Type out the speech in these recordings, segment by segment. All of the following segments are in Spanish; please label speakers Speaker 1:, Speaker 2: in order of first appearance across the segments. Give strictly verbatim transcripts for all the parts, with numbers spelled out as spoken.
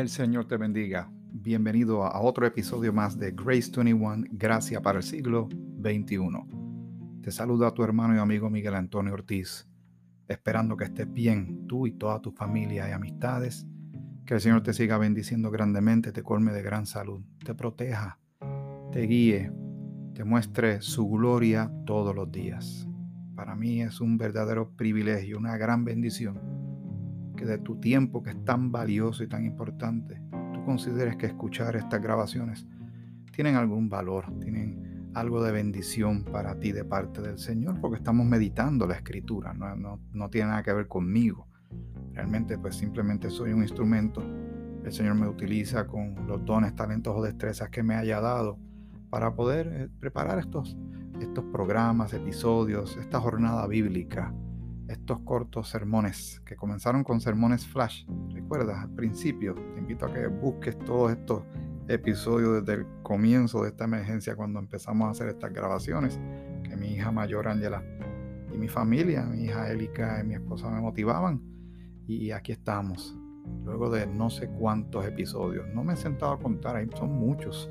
Speaker 1: El Señor te bendiga. Bienvenido a otro episodio más de Grace veintiuno, Gracia para el siglo veintiuno. Te saluda tu hermano y amigo Miguel Antonio Ortiz, esperando que estés bien, tú y toda tu familia y amistades, que el Señor te siga bendiciendo grandemente, te colme de gran salud, te proteja, te guíe, te muestre su gloria todos los días. Para mí es un verdadero privilegio, una gran bendición, que de tu tiempo, que es tan valioso y tan importante, tú consideres que escuchar estas grabaciones tienen algún valor, tienen algo de bendición para ti de parte del Señor, porque estamos meditando la Escritura, no, no, no tiene nada que ver conmigo. Realmente pues simplemente soy un instrumento. El Señor me utiliza con los dones, talentos o destrezas que me haya dado para poder eh, preparar estos, estos programas, episodios, esta jornada bíblica, estos cortos sermones que comenzaron con sermones flash. ¿Recuerdas? Al principio te invito a que busques todos estos episodios desde el comienzo de esta emergencia, cuando empezamos a hacer estas grabaciones, que mi hija mayor Ángela y mi familia, mi hija Élica y mi esposa me motivaban, y aquí estamos luego de no sé cuántos episodios. No me he sentado a contar, ahí son muchos.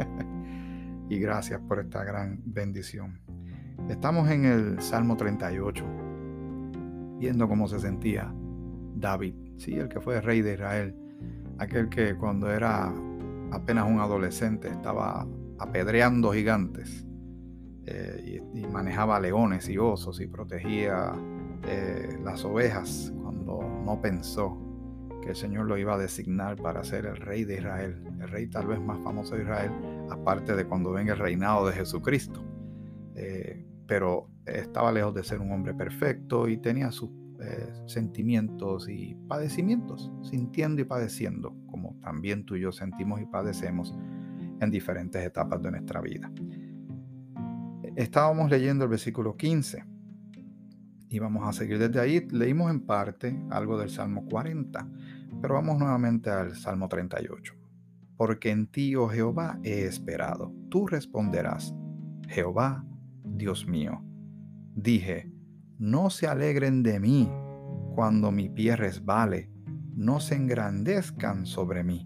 Speaker 1: Y gracias por esta gran bendición. Estamos en el Salmo treinta y ocho, viendo cómo se sentía David, sí, el que fue rey de Israel, aquel que cuando era apenas un adolescente estaba apedreando gigantes, eh, y, y manejaba leones y osos y protegía eh, las ovejas, cuando no pensó que el Señor lo iba a designar para ser el rey de Israel, el rey tal vez más famoso de Israel, aparte de cuando venga el reinado de Jesucristo. Eh, pero estaba lejos de ser un hombre perfecto y tenía sus eh, sentimientos y padecimientos, sintiendo y padeciendo, como también tú y yo sentimos y padecemos en diferentes etapas de nuestra vida. Estábamos leyendo el versículo quince y vamos a seguir desde ahí. Leímos en parte algo del Salmo cuarenta, pero vamos nuevamente al Salmo treinta y ocho. Porque en ti, oh Jehová, he esperado. Tú responderás, Jehová, Dios mío. Dije, no se alegren de mí cuando mi pie resbale, no se engrandezcan sobre mí.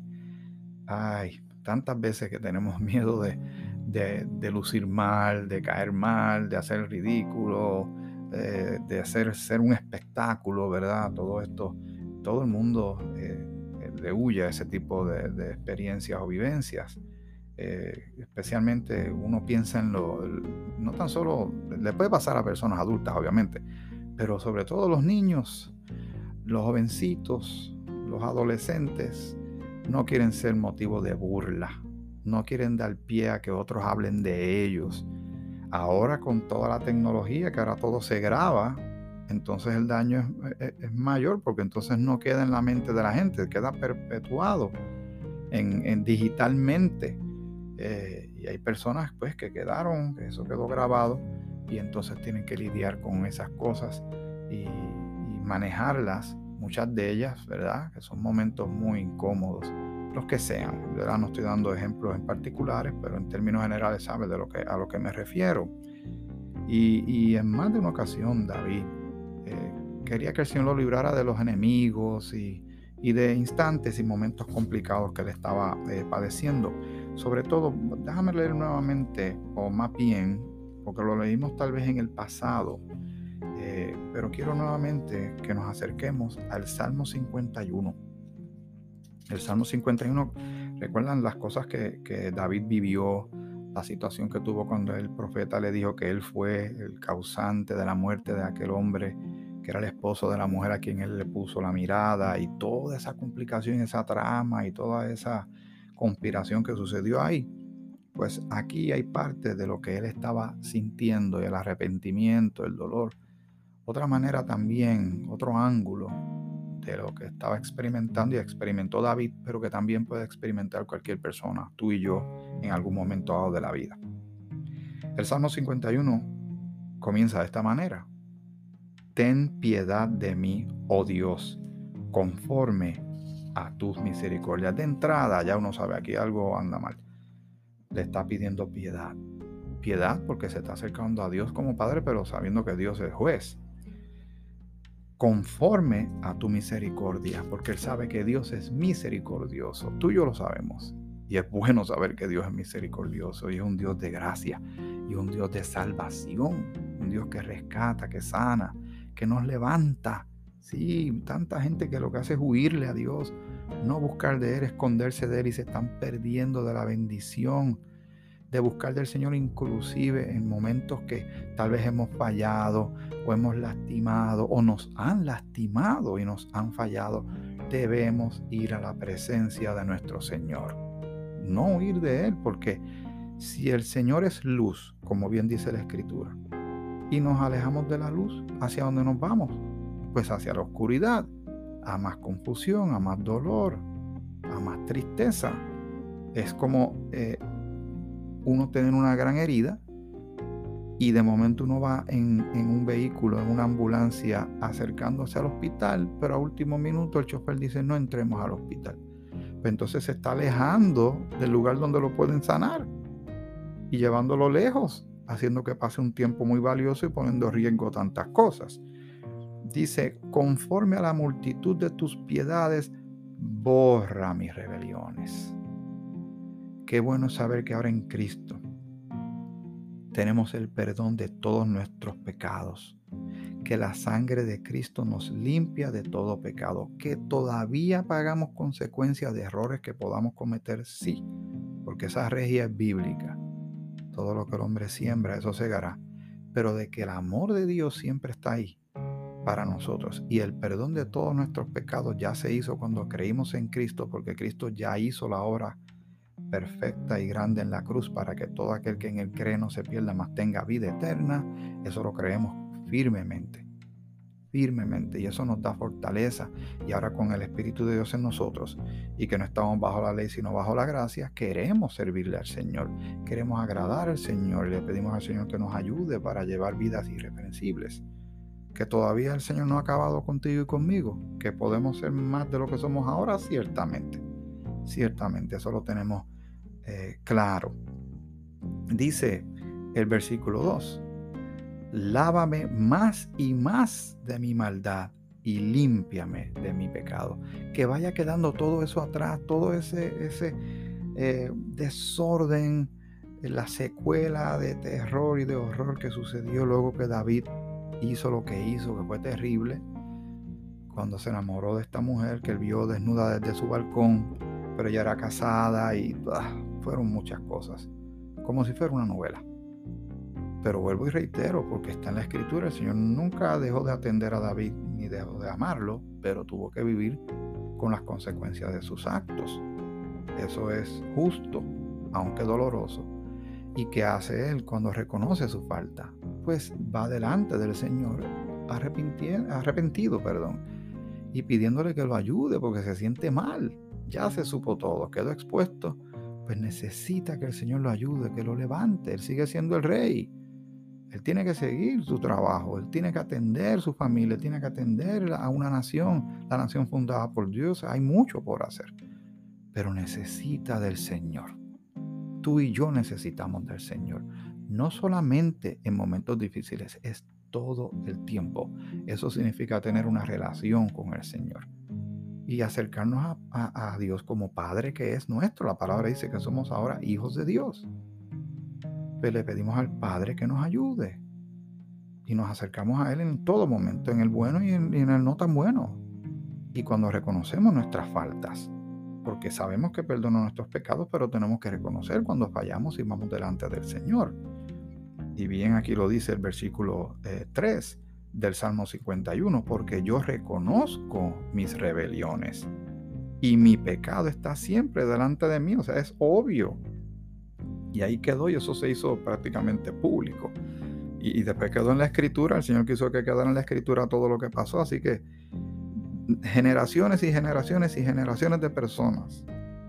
Speaker 1: Ay, tantas veces que tenemos miedo de, de, de lucir mal, de caer mal, de hacer el ridículo, eh, de hacer ser un espectáculo, ¿verdad? Todo esto, todo el mundo eh, le huye a ese tipo de, de experiencias o vivencias. Eh, especialmente uno piensa en lo, no tan solo, le puede pasar a personas adultas obviamente, pero sobre todo los niños, los jovencitos, los adolescentes, no quieren ser motivo de burla, no quieren dar pie a que otros hablen de ellos. Ahora con toda la tecnología, que ahora todo se graba, entonces el daño es, es, es mayor, porque entonces no queda en la mente de la gente, queda perpetuado en, en digitalmente. Eh, y hay personas pues que quedaron, que eso quedó grabado, y entonces tienen que lidiar con esas cosas y, y manejarlas, muchas de ellas, ¿verdad? Que son momentos muy incómodos, los que sean, ¿verdad? No estoy dando ejemplos en particulares, pero en términos generales sabes de lo que, a lo que me refiero. Y, y en más de una ocasión David eh, quería que el Señor lo librara de los enemigos y, y de instantes y momentos complicados que él estaba eh, padeciendo. Sobre todo, déjame leer nuevamente, o más bien, porque lo leímos tal vez en el pasado, eh, pero quiero nuevamente que nos acerquemos al Salmo cincuenta y uno. El Salmo cincuenta y uno, recuerdan las cosas que, que David vivió, la situación que tuvo cuando el profeta le dijo que él fue el causante de la muerte de aquel hombre, que era el esposo de la mujer a quien él le puso la mirada, y toda esa complicación, esa trama y toda esa conspiración que sucedió ahí. Pues aquí hay parte de lo que él estaba sintiendo, y el arrepentimiento, el dolor. Otra manera también, otro ángulo de lo que estaba experimentando y experimentó David, pero que también puede experimentar cualquier persona, tú y yo, en algún momento dado de la vida. El Salmo cincuenta y uno comienza de esta manera: ten piedad de mí, oh Dios, conforme a tus misericordias. De entrada ya uno sabe, aquí algo anda mal. Le está pidiendo piedad. Piedad porque se está acercando a Dios como Padre, pero sabiendo que Dios es juez. conforme a tu misericordia, porque Él sabe que Dios es misericordioso. Tú y yo lo sabemos. Y es bueno saber que Dios es misericordioso y es un Dios de gracia y un Dios de salvación, un Dios que rescata, que sana, que nos levanta. Sí, tanta gente que lo que hace es huirle a Dios, no buscar de Él, esconderse de Él y se están perdiendo de la bendición de buscar del Señor, inclusive en momentos que tal vez hemos fallado o hemos lastimado o nos han lastimado y nos han fallado. Debemos ir a la presencia de nuestro Señor, no huir de Él, porque si el Señor es luz, como bien dice la Escritura, y nos alejamos de la luz, ¿hacia dónde nos vamos? Pues hacia la oscuridad, a más confusión, a más dolor, a más tristeza. Es como eh, uno tener una gran herida y de momento uno va en, en un vehículo, en una ambulancia, acercándose al hospital, pero a último minuto el chofer dice: no entremos al hospital. Pues entonces se está alejando del lugar donde lo pueden sanar y llevándolo lejos, haciendo que pase un tiempo muy valioso y poniendo en riesgo tantas cosas. Dice: conforme a la multitud de tus piedades, borra mis rebeliones. Qué bueno saber que ahora en Cristo tenemos el perdón de todos nuestros pecados, que la sangre de Cristo nos limpia de todo pecado, que todavía pagamos consecuencias de errores que podamos cometer, sí, porque esa regia es bíblica. Todo lo que el hombre siembra, eso segará, pero de que el amor de Dios siempre está ahí para nosotros y el perdón de todos nuestros pecados ya se hizo cuando creímos en Cristo, porque Cristo ya hizo la obra perfecta y grande en la cruz para que todo aquel que en él cree no se pierda, mas tenga vida eterna. Eso lo creemos firmemente, firmemente, y eso nos da fortaleza. Y ahora con el Espíritu de Dios en nosotros y que no estamos bajo la ley sino bajo la gracia, queremos servirle al Señor, queremos agradar al Señor. Le pedimos al Señor que nos ayude para llevar vidas irreprensibles, que todavía el Señor no ha acabado contigo y conmigo, que podemos ser más de lo que somos ahora, ciertamente, ciertamente, eso lo tenemos eh, claro. Dice el versículo dos: lávame más y más de mi maldad y límpiame de mi pecado. Que vaya quedando todo eso atrás, todo ese, ese eh, desorden, la secuela de terror y de horror que sucedió luego que David hizo lo que hizo, que fue terrible, cuando se enamoró de esta mujer que él vio desnuda desde su balcón, pero ella era casada y ah, fueron muchas cosas, como si fuera una novela. Pero vuelvo y reitero, porque está en la Escritura, el Señor nunca dejó de atender a David ni dejó de amarlo, pero tuvo que vivir con las consecuencias de sus actos. Eso es justo, aunque doloroso. ¿Y qué hace él cuando reconoce su falta? Pues va delante del Señor arrepentido, perdón, y pidiéndole que lo ayude porque se siente mal. Ya se supo todo, quedó expuesto, pues necesita que el Señor lo ayude, que lo levante. Él sigue siendo el rey. Él tiene que seguir su trabajo, él tiene que atender su familia, él tiene que atender a una nación, la nación fundada por Dios. Hay mucho por hacer, pero necesita del Señor. Tú y yo necesitamos del Señor, no solamente en momentos difíciles, es todo el tiempo. Eso significa tener una relación con el Señor y acercarnos a, a, a Dios como Padre que es nuestro. La palabra dice que somos ahora hijos de Dios. Pues le pedimos al Padre que nos ayude y nos acercamos a Él en todo momento, en el bueno y en, y en el no tan bueno. Y cuando reconocemos nuestras faltas, porque sabemos que perdona nuestros pecados, pero tenemos que reconocer cuando fallamos y vamos delante del Señor. Y bien aquí lo dice el versículo eh, tres del Salmo cincuenta y uno: porque yo reconozco mis rebeliones y mi pecado está siempre delante de mí. O sea, es obvio. Y ahí quedó, y eso se hizo prácticamente público. Y, y después quedó en la Escritura. El Señor quiso que quedara en la Escritura todo lo que pasó. Así que generaciones y generaciones y generaciones de personas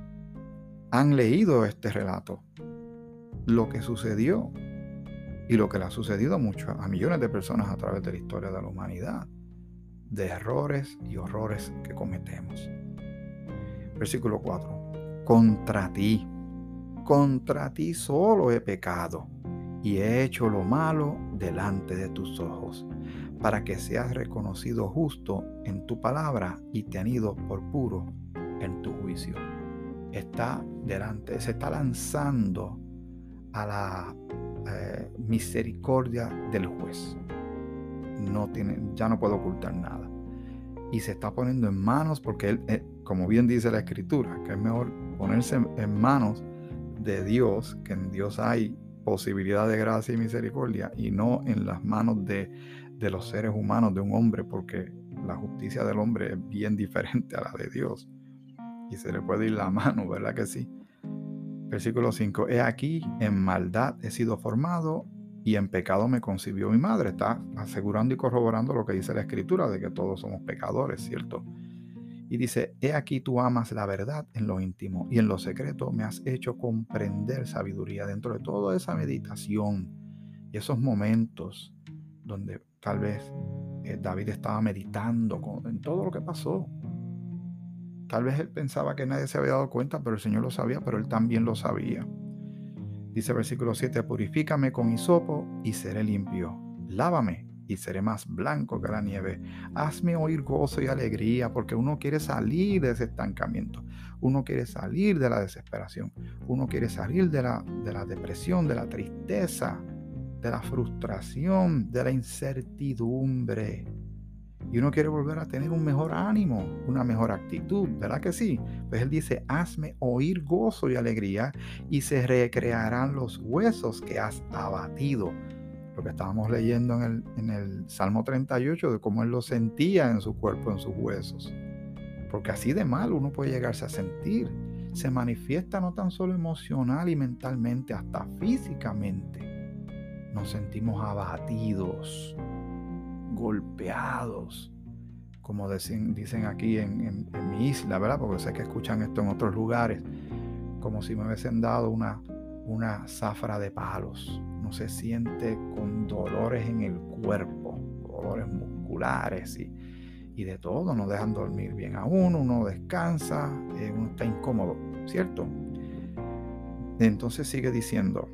Speaker 1: han leído este relato, lo que sucedió y lo que le ha sucedido mucho a millones de personas a través de la historia de la humanidad, de errores y horrores que cometemos. Versículo cuatro: contra ti, contra ti solo he pecado y he hecho lo malo delante de tus ojos, para que seas reconocido justo en tu palabra y tenido por puro en tu juicio. Está delante, se está lanzando a la eh, misericordia del juez. No tiene, ya no puede ocultar nada. Y se está poniendo en manos, porque él, eh, como bien dice la Escritura, que es mejor ponerse en manos de Dios, que en Dios hay posibilidad de gracia y misericordia, y no en las manos de, de los seres humanos, de un hombre, porque la justicia del hombre es bien diferente a la de Dios. Y se le puede ir la mano, ¿verdad que sí? Versículo cinco. He aquí, en maldad he sido formado, y en pecado me concibió mi madre. Está asegurando y corroborando lo que dice la Escritura, de que todos somos pecadores, ¿cierto? Y dice, he aquí tú amas la verdad en lo íntimo, y en lo secreto me has hecho comprender sabiduría. Dentro de toda esa meditación y esos momentos donde tal vez eh, David estaba meditando con, en todo lo que pasó. Tal vez él pensaba que nadie se había dado cuenta, pero el Señor lo sabía, pero él también lo sabía. Dice versículo siete, purifícame con hisopo y seré limpio. Lávame y seré más blanco que la nieve. Hazme oír gozo y alegría, porque uno quiere salir de ese estancamiento. Uno quiere salir de la desesperación. Uno quiere salir de la, de la depresión, de la tristeza, de la frustración, de la incertidumbre. Y uno quiere volver a tener un mejor ánimo, una mejor actitud, ¿verdad que sí? Pues él dice, hazme oír gozo y alegría, y se recrearán los huesos que has abatido. Lo que estábamos leyendo en el, en el Salmo treinta y ocho, de cómo él lo sentía en su cuerpo, en sus huesos. Porque así de mal uno puede llegarse a sentir. Se manifiesta no tan solo emocional y mentalmente, hasta físicamente. Nos sentimos abatidos, golpeados, como dicen, dicen aquí en, en, en mi isla, ¿verdad? Porque sé que escuchan esto en otros lugares, como si me hubiesen dado una, una zafra de palos. Uno se siente con dolores en el cuerpo, dolores musculares y, y de todo. No dejan dormir bien a uno, uno descansa, eh, uno está incómodo, ¿cierto? Entonces sigue diciendo,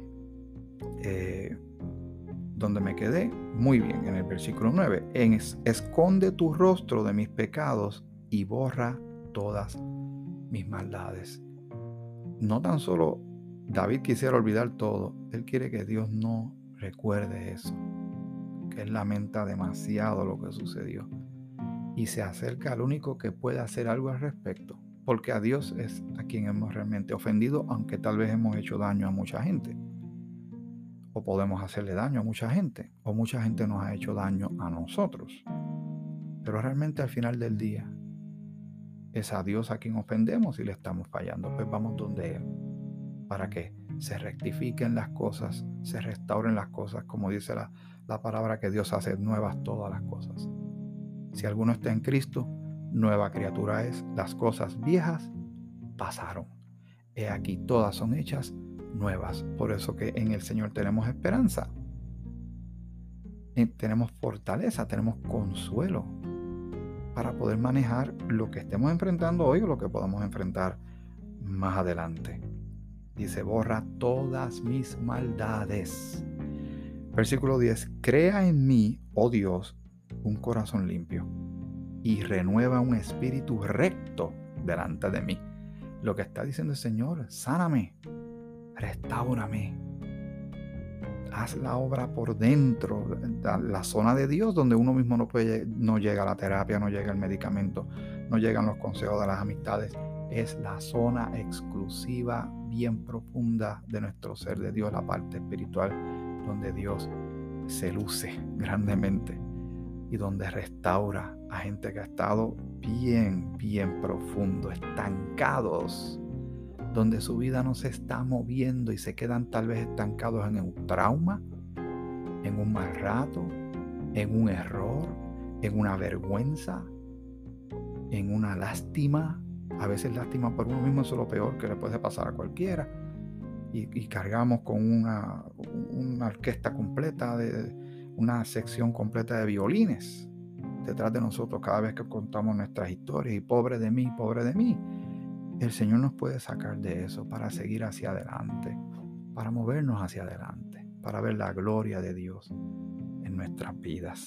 Speaker 1: eh, donde me quedé, muy bien, en el versículo nueve, en es, esconde tu rostro de mis pecados y borra todas mis maldades. No tan solo David quisiera olvidar todo, él quiere que Dios no recuerde eso, que él lamenta demasiado lo que sucedió y se acerca al único que puede hacer algo al respecto, porque a Dios es a quien hemos realmente ofendido, aunque tal vez hemos hecho daño a mucha gente. O podemos hacerle daño a mucha gente, o mucha gente nos ha hecho daño a nosotros. Pero realmente al final del día es a Dios a quien ofendemos y le estamos fallando. Pues vamos donde Él, para que se rectifiquen las cosas, se restauren las cosas, como dice la, la palabra, que Dios hace nuevas todas las cosas. Si alguno está en Cristo, nueva criatura es. Las cosas viejas pasaron. He aquí todas son hechas nuevas. Por eso que en el Señor tenemos esperanza, tenemos fortaleza, tenemos consuelo para poder manejar lo que estemos enfrentando hoy o lo que podamos enfrentar más adelante. Dice, borra todas mis maldades. Versículo diez, crea en mí, oh Dios, un corazón limpio y renueva un espíritu recto delante de mí. Lo que está diciendo el Señor, sáname, restáurame, haz la obra por dentro, la zona de Dios donde uno mismo no puede, no llega a la terapia, no llega el medicamento, no llegan los consejos de las amistades. Es la zona exclusiva, bien profunda de nuestro ser de Dios, la parte espiritual, donde Dios se luce grandemente y donde restaura a gente que ha estado bien, bien profundo, estancados, donde su vida no se está moviendo y se quedan tal vez estancados en un trauma, en un mal rato, en un error, en una vergüenza, en una lástima. A veces lástima por uno mismo, eso es lo peor que le puede pasar a cualquiera. Y, y cargamos con una, una orquesta completa, de una sección completa de violines detrás de nosotros cada vez que contamos nuestras historias. Y pobre de mí, pobre de mí. El Señor nos puede sacar de eso para seguir hacia adelante, para movernos hacia adelante, para ver la gloria de Dios en nuestras vidas.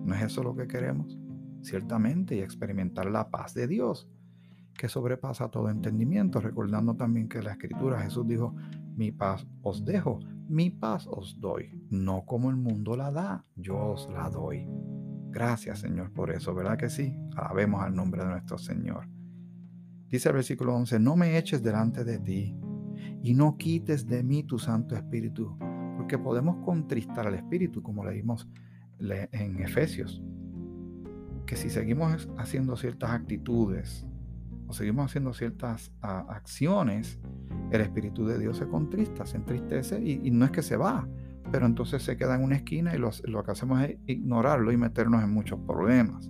Speaker 1: ¿No es eso lo que queremos? Ciertamente, y experimentar la paz de Dios, que sobrepasa todo entendimiento, recordando también que en la Escritura Jesús dijo, mi paz os dejo, mi paz os doy, no como el mundo la da, yo os la doy. Gracias, Señor, por eso, ¿verdad que sí? Alabemos al nombre de nuestro Señor. Dice el versículo once, no me eches delante de ti y no quites de mí tu Santo Espíritu, porque podemos contristar al Espíritu, como leímos en Efesios, que si seguimos haciendo ciertas actitudes o seguimos haciendo ciertas a, acciones, el Espíritu de Dios se contrista, se entristece y, y no es que se va, pero entonces se queda en una esquina y lo, lo que hacemos es ignorarlo y meternos en muchos problemas.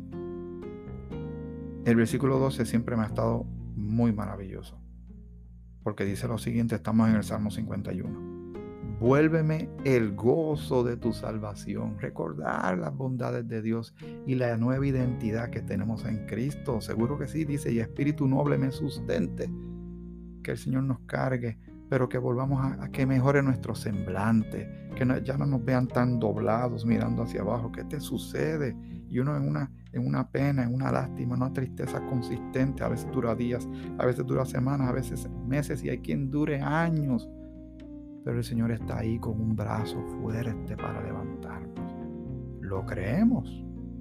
Speaker 1: El versículo doce siempre me ha estado muy maravilloso, porque dice lo siguiente, estamos en el Salmo cincuenta y uno. Vuélveme el gozo de tu salvación, recordar las bondades de Dios y la nueva identidad que tenemos en Cristo. Seguro que sí, dice, y Espíritu noble me sustente. Que el Señor nos cargue, pero que volvamos a, a que mejore nuestro semblante, que no, ya no nos vean tan doblados mirando hacia abajo. ¿Qué te sucede? Y uno en una, en una pena, en una lástima, una tristeza consistente, a veces dura días, a veces dura semanas, a veces meses y hay quien dure años. Pero el Señor está ahí con un brazo fuerte para levantarnos. ¿Lo creemos?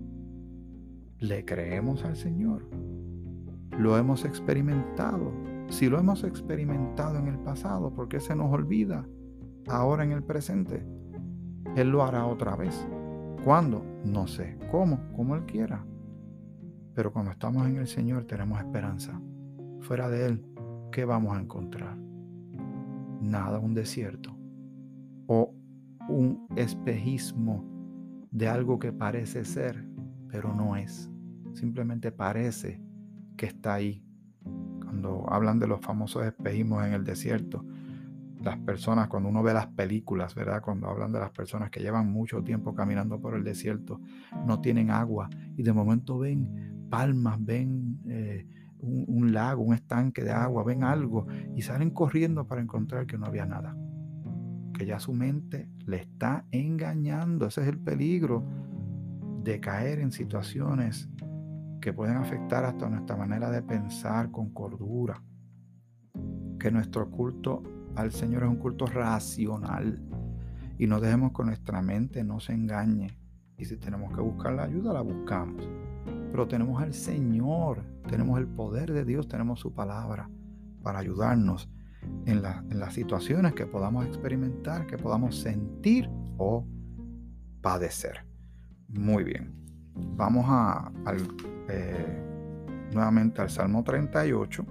Speaker 1: ¿Le creemos al Señor? ¿Lo hemos experimentado? Si lo hemos experimentado en el pasado, ¿por qué se nos olvida ahora en el presente? Él lo hará otra vez. ¿Cuándo? No sé. ¿Cómo? Como Él quiera. Pero cuando estamos en el Señor tenemos esperanza. Fuera de Él, ¿qué vamos a encontrar? Nada, un desierto o un espejismo de algo que parece ser, pero no es. Simplemente parece que está ahí. Cuando hablan de los famosos espejismos en el desierto, las personas, cuando uno ve las películas, ¿verdad? Cuando hablan de las personas que llevan mucho tiempo caminando por el desierto, no tienen agua y de momento ven palmas, ven eh, un, un lago, un estanque de agua, ven algo y salen corriendo para encontrar que no había nada, que ya su mente le está engañando. Ese es el peligro de caer en situaciones que pueden afectar hasta nuestra manera de pensar con cordura. Que nuestro culto al Señor es un culto racional y no dejemos que nuestra mente no se engañe. Y si tenemos que buscar la ayuda, la buscamos. Pero tenemos al Señor, tenemos el poder de Dios, tenemos su palabra para ayudarnos en, la, en las situaciones que podamos experimentar, que podamos sentir o padecer. Muy bien, vamos a, al, eh, nuevamente al Salmo treinta y ocho,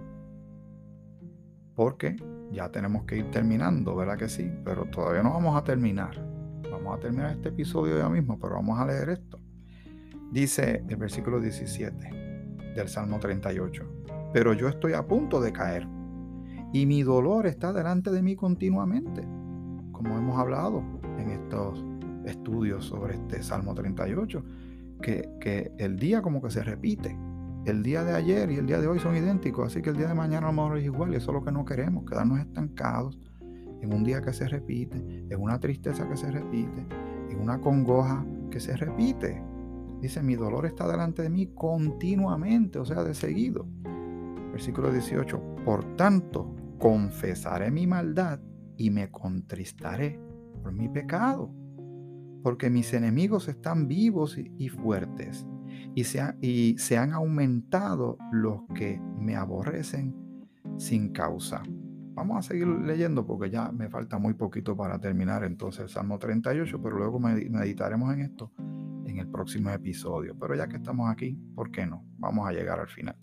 Speaker 1: porque ya tenemos que ir terminando, ¿verdad que sí? Pero todavía no vamos a terminar. Vamos a terminar este episodio ya mismo, pero vamos a leer esto. Dice el versículo diecisiete del Salmo treinta y ocho. Pero yo estoy a punto de caer y mi dolor está delante de mí continuamente. Como hemos hablado en estos estudios sobre este Salmo treinta y ocho, que, que el día como que se repite. El día de ayer y el día de hoy son idénticos, así que el día de mañana a lo mejor es igual, y eso es lo que no queremos, quedarnos estancados en un día que se repite, en una tristeza que se repite, en una congoja que se repite. Dice, mi dolor está delante de mí continuamente, o sea, de seguido. Versículo dieciocho, por tanto, confesaré mi maldad y me contristaré por mi pecado, porque mis enemigos están vivos y, y fuertes. Y se, ha, y se han aumentado los que me aborrecen sin causa. Vamos a seguir leyendo porque ya me falta muy poquito para terminar entonces el Salmo treinta y ocho, pero luego meditaremos en esto en el próximo episodio. Pero ya que estamos aquí, ¿por qué no? Vamos a llegar al final.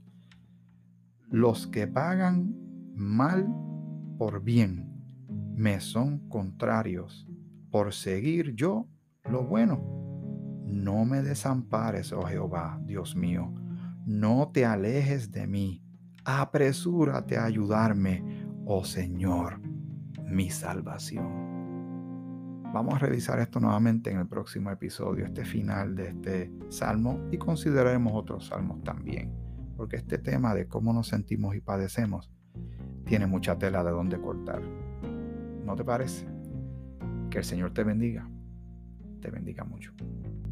Speaker 1: Los que pagan mal por bien me son contrarios por seguir yo lo bueno. No me desampares, oh Jehová, Dios mío, no te alejes de mí, apresúrate a ayudarme, oh Señor, mi salvación. Vamos a revisar esto nuevamente en el próximo episodio, este final de este salmo, y consideraremos otros salmos también, porque este tema de cómo nos sentimos y padecemos tiene mucha tela de donde cortar. ¿No te parece? Que el Señor te bendiga, te bendiga mucho.